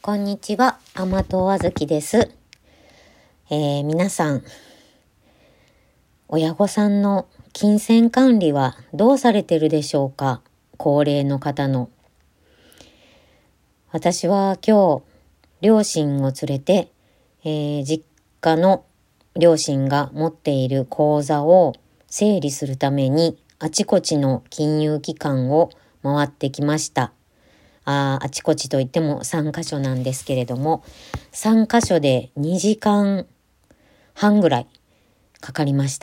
こんにちは、甘党あずきです。皆さん、親御さんの金銭管理はどうされてるでしょうか？高齢の方の。私は今日、両親を連れて、実家の両親が持っている口座を整理するために、あちこちの金融機関を回ってきました。あちこちといっても3カ所なんですけれども、3カ所で2時間半ぐらいかかりました。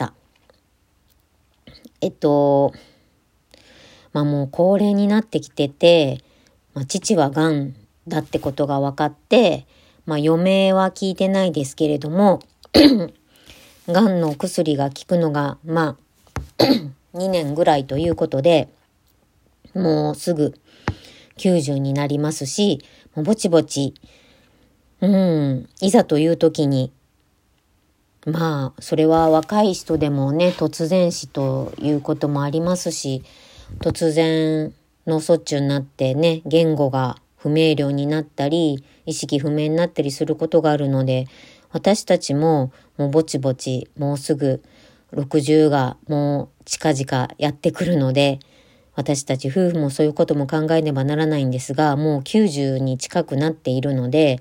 もう高齢になってきてて、父はがんだってことが分かって、余命は聞いてないですけれども、がんのお薬が効くのが、2年ぐらいということで、もうすぐ90になりますし、ぼちぼち、いざという時に、それは若い人でもね、突然死ということもありますし、突然脳卒中になってね、言語が不明瞭になったり、意識不明になったりすることがあるので、私たちももうぼちぼち、もうすぐ60がもう近々やってくるので、私たち夫婦もそういうことも考えねばならないんですが、もう90に近くなっているので、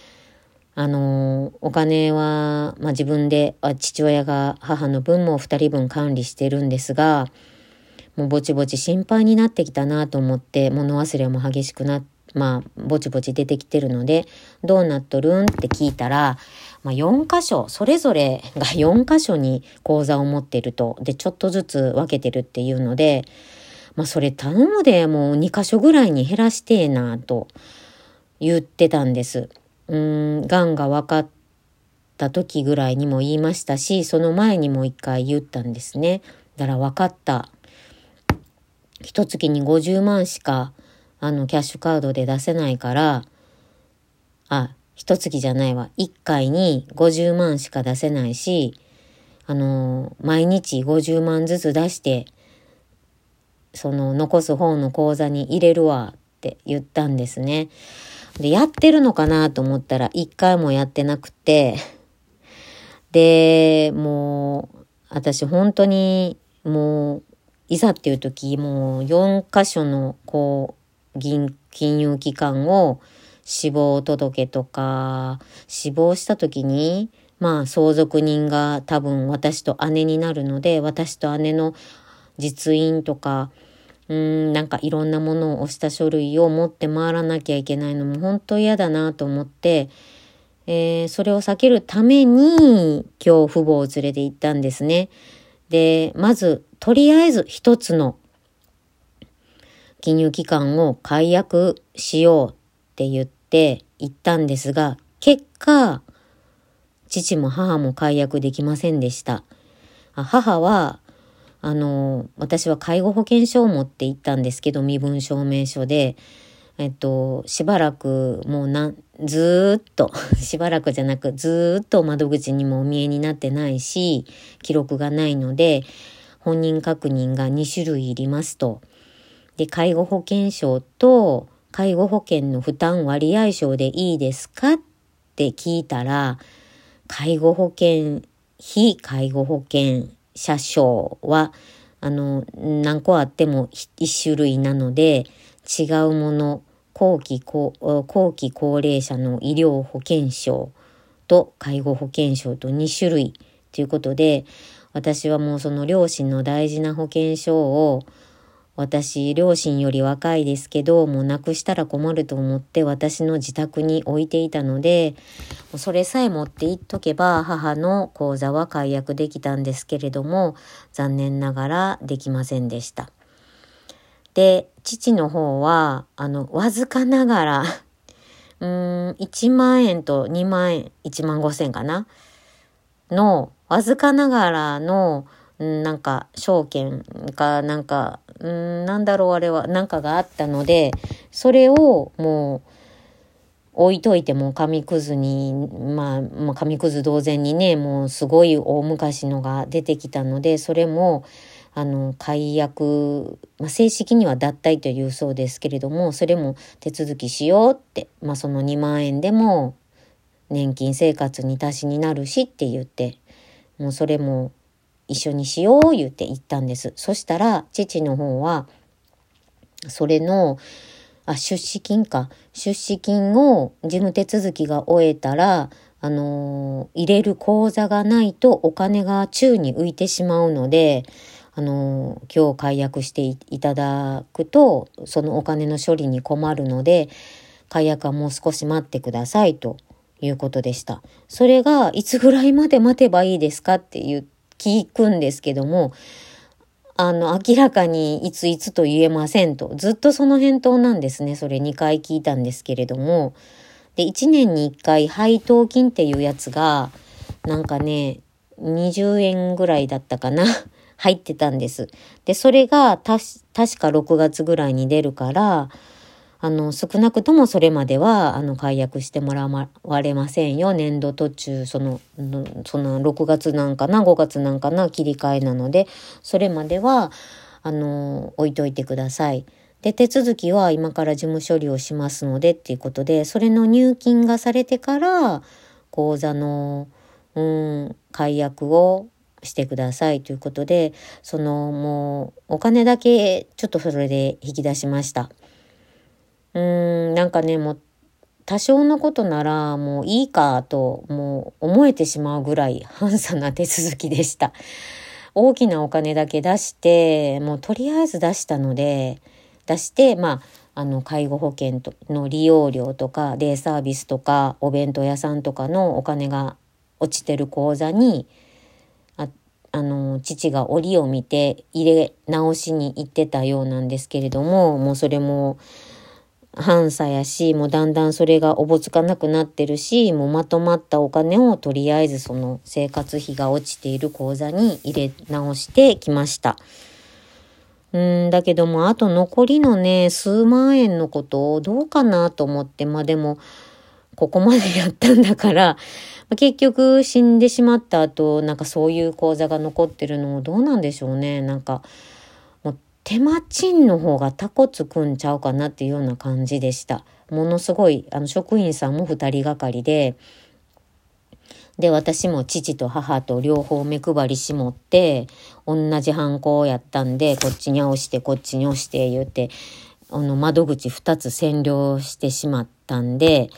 お金は、自分で、父親が母の分も2人分管理してるんですが、もうぼちぼち心配になってきたなと思って、物忘れも激しくぼちぼち出てきてるので、どうなっとるんって聞いたら、4箇所、それぞれが4箇所に口座を持ってると、で、ちょっとずつ分けてるっていうので、それ頼むでもう2箇所ぐらいに減らしてえなと言ってたんです。がんが分かった時ぐらいにも言いましたし、その前にも1回言ったんですね。だから分かった。一月に50万しかキャッシュカードで出せないから、一月じゃないわ。1回に50万しか出せないし、毎日50万ずつ出して、その残す方の口座に入れるわって言ったんですね。で、やってるのかなと思ったら1回もやってなくて、で、もう私本当にもういざっていう時もう4カ所の金融機関を死亡届とか、死亡した時に相続人が多分私と姉になるので、私と姉の実印とかいろんなものを押した書類を持って回らなきゃいけないのも本当嫌だなと思って、それを避けるために今日父母を連れて行ったんですね。で、まずとりあえず一つの金融機関を解約しようって言って行ったんですが、結果父も母も解約できませんでした。母は私は介護保険証を持って行ったんですけど、身分証明書で、しばらくもうずーっと、しばらくじゃなくずーっと窓口にもお見えになってないし、記録がないので、本人確認が2種類いりますと。で、介護保険証と介護保険の負担割合証でいいですかって聞いたら、介護保険、非介護保険者証は何個あっても1種類なので、違うもの、後期高齢者の医療保険証と介護保険証と2種類ということで、私はもうその両親の大事な保険証を、私両親より若いですけどもうなくしたら困ると思って私の自宅に置いていたので、それさえ持っていっとけば母の口座は解約できたんですけれども、残念ながらできませんでした。で、父の方はわずかながら1万円と2万円、1万5千かなのわずかながらの証券かあれはがあったので、それをもう置いといても紙くずに、紙くず同然にね、もうすごい大昔のが出てきたので、それも解約、正式には脱退というそうですけれども、それも手続きしようって、その2万円でも年金生活に足しになるしって言って、もうそれも一緒にしよう言って言ったんです。そしたら父の方はそれの出資金を事務手続きが終えたら入れる口座がないとお金が宙に浮いてしまうので、今日解約していただくとそのお金の処理に困るので、解約はもう少し待ってくださいということでした。それがいつぐらいまで待てばいいですかって聞くんですけども、明らかにいつと言えませんと、ずっとその返答なんですね。それ2回聞いたんですけれども、で1年に1回配当金っていうやつがなんかね20円ぐらいだったかな入ってたんです。でそれが確か6月ぐらいに出るから、少なくともそれまでは解約してもらわれませんよ。年度途中その6月なんかな5月なんかな切り替えなので、それまでは置いといてください。で手続きは今から事務処理をしますのでっていうことで、それの入金がされてから口座の解約をしてくださいということで、もうお金だけちょっとそれで引き出しました。なんかね、もう多少のことならもういいかともう思えてしまうぐらい簡素な手続きでした。大きなお金だけ出して、もうとりあえず出して介護保険の利用料とかデイサービスとかお弁当屋さんとかのお金が落ちてる口座に父が折を見て入れ直しに行ってたようなんですけれども、もうそれも反差やし、もうだんだんそれがおぼつかなくなってるし、もうまとまったお金をとりあえずその生活費が落ちている口座に入れ直してきました。だけどもあと残りのね数万円のことをどうかなと思って、でもここまでやったんだから結局死んでしまった後なんかそういう口座が残ってるのどうなんでしょうね。なんかもう手間賃の方がタコつくんちゃうかなっていうような感じでした。ものすごい職員さんも2人がかりで私も父と母と両方目配りしもって同じハンコをやったんで、こっちに押してこっちに押して言って窓口2つ占領してしまったんで、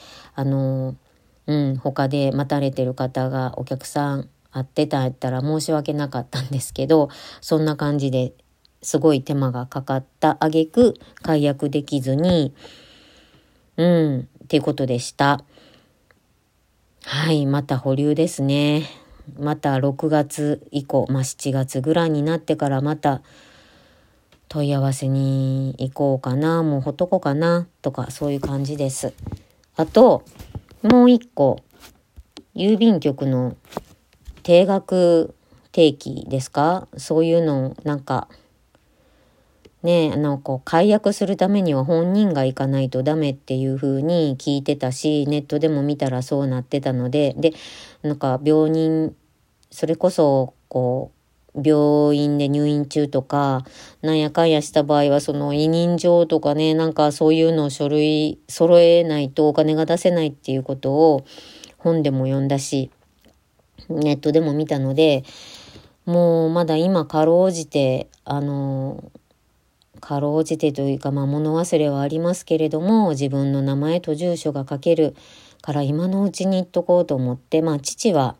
他で待たれてる方がお客さん会ってたんやったら申し訳なかったんですけど、そんな感じですごい手間がかかった挙句解約できずにっていうことでした。はい、また保留ですね。また6月以降、7月ぐらいになってからまた問い合わせに行こうかな、もうほっとこうかなとかそういう感じです。あともう一個、郵便局の定額定期ですか、そういうのなんかね、解約するためには本人が行かないとダメっていう風に聞いてたし、ネットでも見たらそうなってたので、なんか病人、それこそ病院で入院中とかなんやかんやした場合はその委任状とかね、なんかそういうのを書類揃えないとお金が出せないっていうことを本でも読んだしネットでも見たので、もうまだ今かろうじてというか物忘れはありますけれども、自分の名前と住所が書けるから今のうちに言っとこうと思って、父は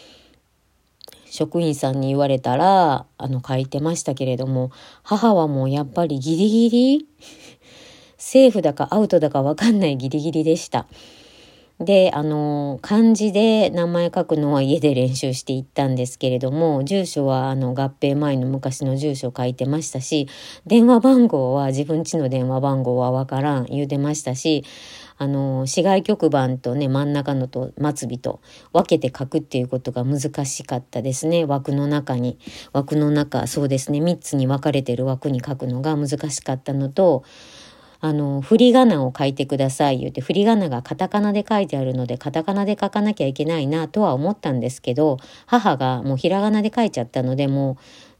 職員さんに言われたら書いてましたけれども、母はもうやっぱりギリギリセーフだかアウトだか分かんないギリギリでした。で漢字で名前書くのは家で練習していったんですけれども、住所は合併前の昔の住所書いてましたし、電話番号は自分家の電話番号は分からん言うてましたし、市外局番とね真ん中のと末尾と分けて書くっていうことが難しかったですね。枠の中そうですね、3つに分かれてる枠に書くのが難しかったのと、振り仮名を書いてください言って振り仮名がカタカナで書いてあるのでカタカナで書かなきゃいけないなとは思ったんですけど、母がもうひらがなで書いちゃったのでも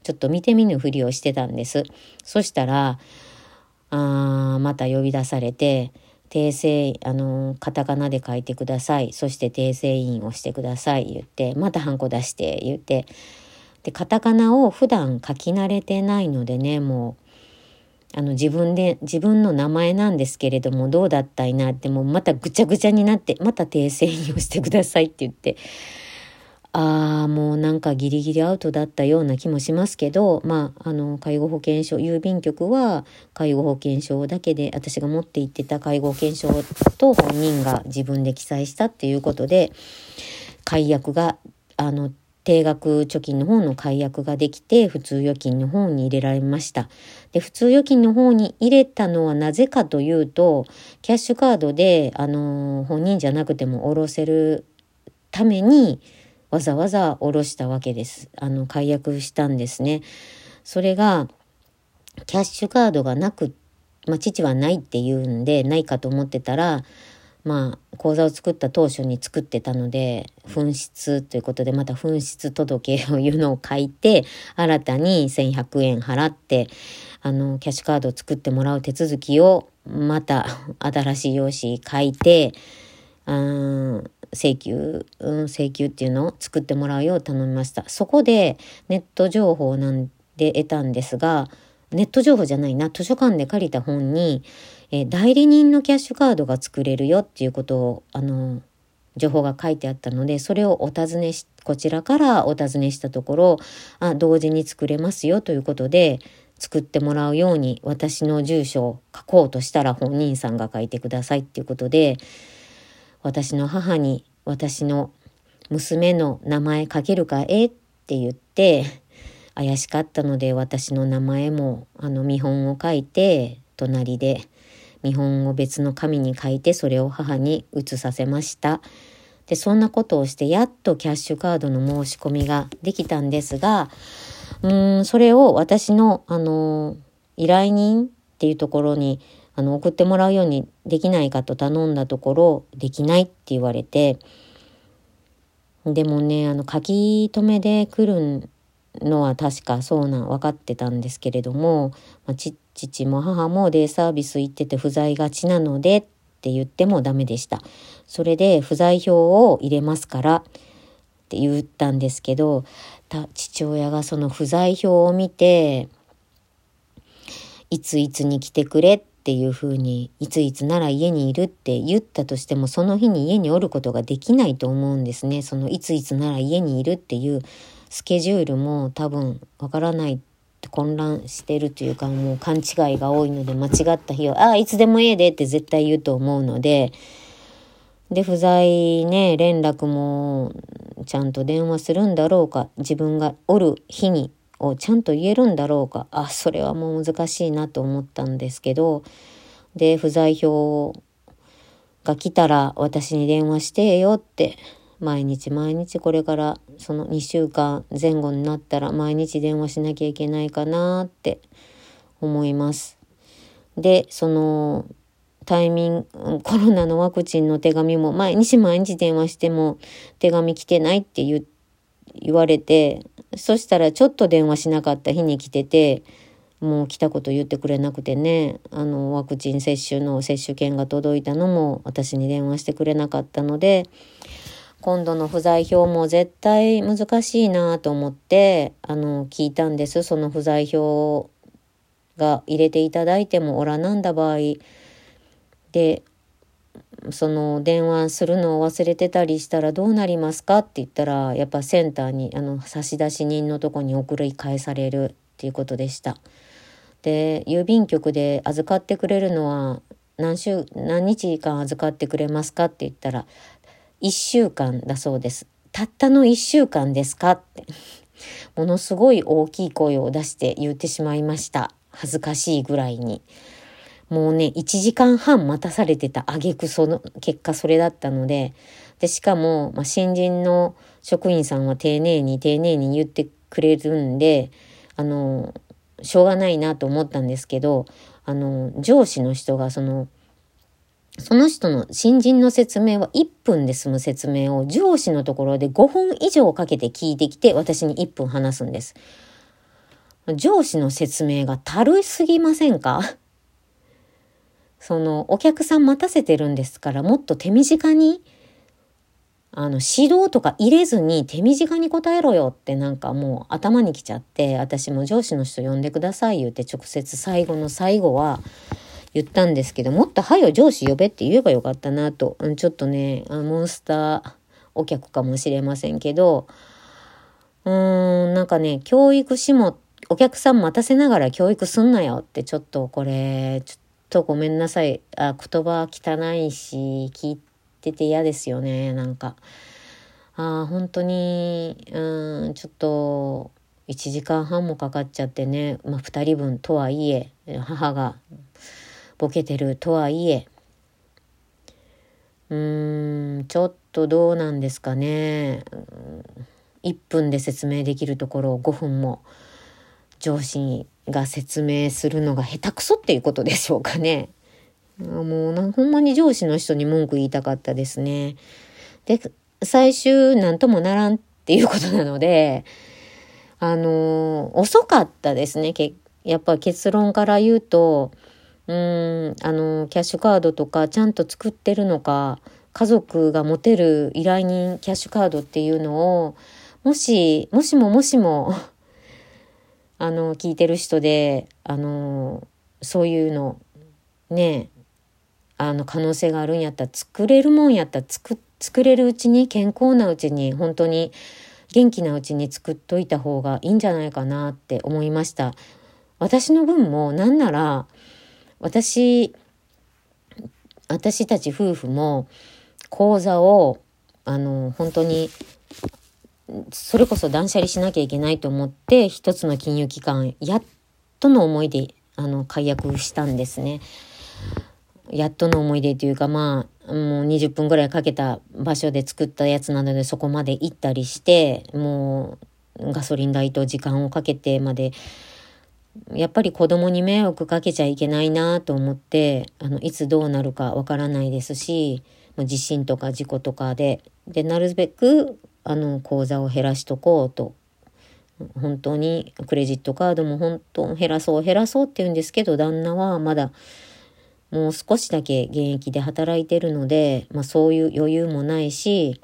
ちょっと見て見ぬふりをしてたんです。そしたら、また呼び出されて、訂正、カタカナで書いてください。そして訂正印をしてください。言って、またハンコ出して言って、で、カタカナを普段書き慣れてないのでね、もう、自分の名前なんですけれども、どうだったいなって、もうまたぐちゃぐちゃになって、また訂正印をしてくださいって言って、もうなんかギリギリアウトだったような気もしますけど、介護保険証、郵便局は介護保険証だけで、私が持って行ってた介護保険証と本人が自分で記載したっていうことで、解約が、定額貯金の方の解約ができて、普通預金の方に入れられました。で、普通預金の方に入れたのはなぜかというと、キャッシュカードで、本人じゃなくても下ろせるために、わざわざ下ろしたわけです。解約したんですね。それが、キャッシュカードがなく、父はないって言うんで、ないかと思ってたら、口座を作った当初に作ってたので、紛失ということで、また紛失届をいうのを書いて、新たに1100円払って、キャッシュカードを作ってもらう手続きを、また新しい用紙書いて、請求っていうのを作ってもらうよう頼みました。そこでネット情報なんで得たんですが、ネット情報じゃないな、図書館で借りた本に、代理人のキャッシュカードが作れるよっていうことを、情報が書いてあったので、それをこちらからお尋ねしたところ、同時に作れますよということで、作ってもらうように私の住所を書こうとしたら本人さんが書いてくださいっていうことで、私の母に私の娘の名前書けるかって言って怪しかったので、私の名前も見本を書いて、隣で見本を別の紙に書いて、それを母に写させました。で、そんなことをしてやっとキャッシュカードの申し込みができたんですが、それを私の依頼人っていうところに送ってもらうようにできないかと頼んだところ、できないって言われて、でもね、書き留めで来るのは確かそう分かってたんですけれども、父も母もデイサービス行ってて不在がちなのでって言ってもダメでした。それで不在票を入れますからって言ったんですけど、父親がその不在票を見て、いついつに来てくれっていうふうに、いついつなら家にいるって言ったとしても、その日に家におることができないと思うんですね。そのいついつなら家にいるっていうスケジュールも多分わからない、混乱してるというか、もう勘違いが多いので、間違った日をいつでもええでって絶対言うと思うので、で不在ね、連絡もちゃんと電話するんだろうか、自分がおる日にをちゃんと言えるんだろうか、それはもう難しいなと思ったんですけど、で不在票が来たら私に電話してよって、毎日これからその2週間前後になったら毎日電話しなきゃいけないかなって思います。でそのコロナのワクチンの手紙も毎日電話しても手紙来てないって言われて、そしたらちょっと電話しなかった日に来てて、もう来たこと言ってくれなくてね、ワクチン接種の接種券が届いたのも私に電話してくれなかったので、今度の不在票も絶対難しいなと思って聞いたんです。その不在票が入れていただいてもおらなんだ場合で、その電話するのを忘れてたりしたらどうなりますかって言ったら、やっぱセンターに差出人のとこに送り返されるっていうことでした。で郵便局で預かってくれるのは何日間預かってくれますかって言ったら1週間だそうです。たったの1週間ですかってものすごい大きい声を出して言ってしまいました。恥ずかしいぐらいに。もうね、1時間半待たされてた挙句その結果それだったので、しかも、新人の職員さんは丁寧に言ってくれるんで、しょうがないなと思ったんですけど、上司の人がその人の新人の説明は1分で済む説明を上司のところで5分以上かけて聞いてきて、私に1分話すんです。 上司の説明がたるいすぎませんか？お客さん待たせてるんですから、もっと手短に、指導とか入れずに手短に答えろよってなんかもう頭にきちゃって、私も上司の人呼んでください言って直接最後の最後は言ったんですけど、もっとはよ上司呼べって言えばよかったなと。ちょっとね、モンスターお客かもしれませんけど、なんかね、教育しも、お客さん待たせながら教育すんなよって、ちょっとこれ、ちょっとごめんなさい。言葉汚いし、聞いてて嫌ですよね、なんか。本当に、ちょっと、1時間半もかかっちゃってね、2人分とはいえ、母がボケてるとはいえ、ちょっとどうなんですかね。1分で説明できるところを5分も上司が説明するのが下手くそっていうことでしょうかね。もうほんまに上司の人に文句言いたかったですね。で、最終なんともならんっていうことなので、遅かったですね。やっぱ結論から言うと、キャッシュカードとかちゃんと作ってるのか、家族が持てる依頼人キャッシュカードっていうのを、もしも聞いてる人で、そういうの、ね、可能性があるんやったら、作れるもんやったら作れるうちに、健康なうちに、本当に元気なうちに作っといた方がいいんじゃないかなって思いました。私の分も、なんなら、私たち夫婦も、口座を、本当に、それこそ断捨離しなきゃいけないと思って、一つの金融機関、やっとの思いで、解約したんですね。やっとの思い出というか、もう20分ぐらいかけた場所で作ったやつなので、そこまで行ったりして、もうガソリン代と時間をかけてまで、やっぱり子供に迷惑かけちゃいけないなと思って、いつどうなるかわからないですし、地震とか事故とかで、なるべく、口座を減らしとこうと。本当にクレジットカードも本当減らそうって言うんですけど、旦那はまだもう少しだけ現役で働いてるので、そういう余裕もないし、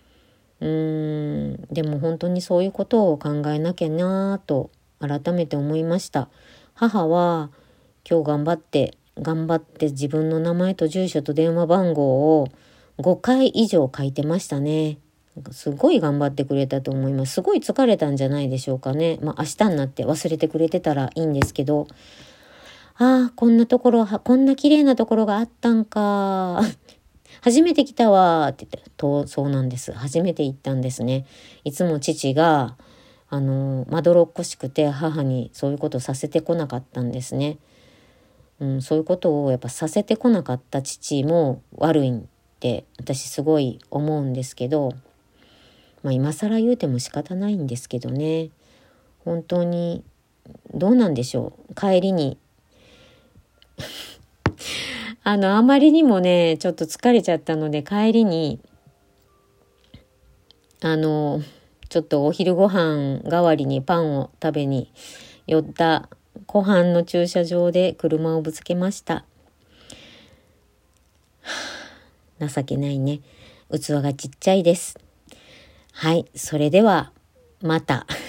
でも本当にそういうことを考えなきゃなぁと改めて思いました。母は今日頑張って自分の名前と住所と電話番号を5回以上書いてましたね。すごい頑張ってくれたと思います。すごい疲れたんじゃないでしょうかね。明日になって忘れてくれてたらいいんですけど、こんな綺麗なところがあったんか。初めて来たわって言って、そうなんです。初めて行ったんですね。いつも父が、まどろっこしくて母にそういうことさせてこなかったんですね。そういうことをやっぱさせてこなかった父も悪いって私すごい思うんですけど、今更言うても仕方ないんですけどね。本当にどうなんでしょう。帰りにあまりにもね、ちょっと疲れちゃったので、帰りに、ちょっとお昼ご飯代わりにパンを食べに寄った湖畔の駐車場で車をぶつけました。情けないね。器がちっちゃいです。はい、それでは、また。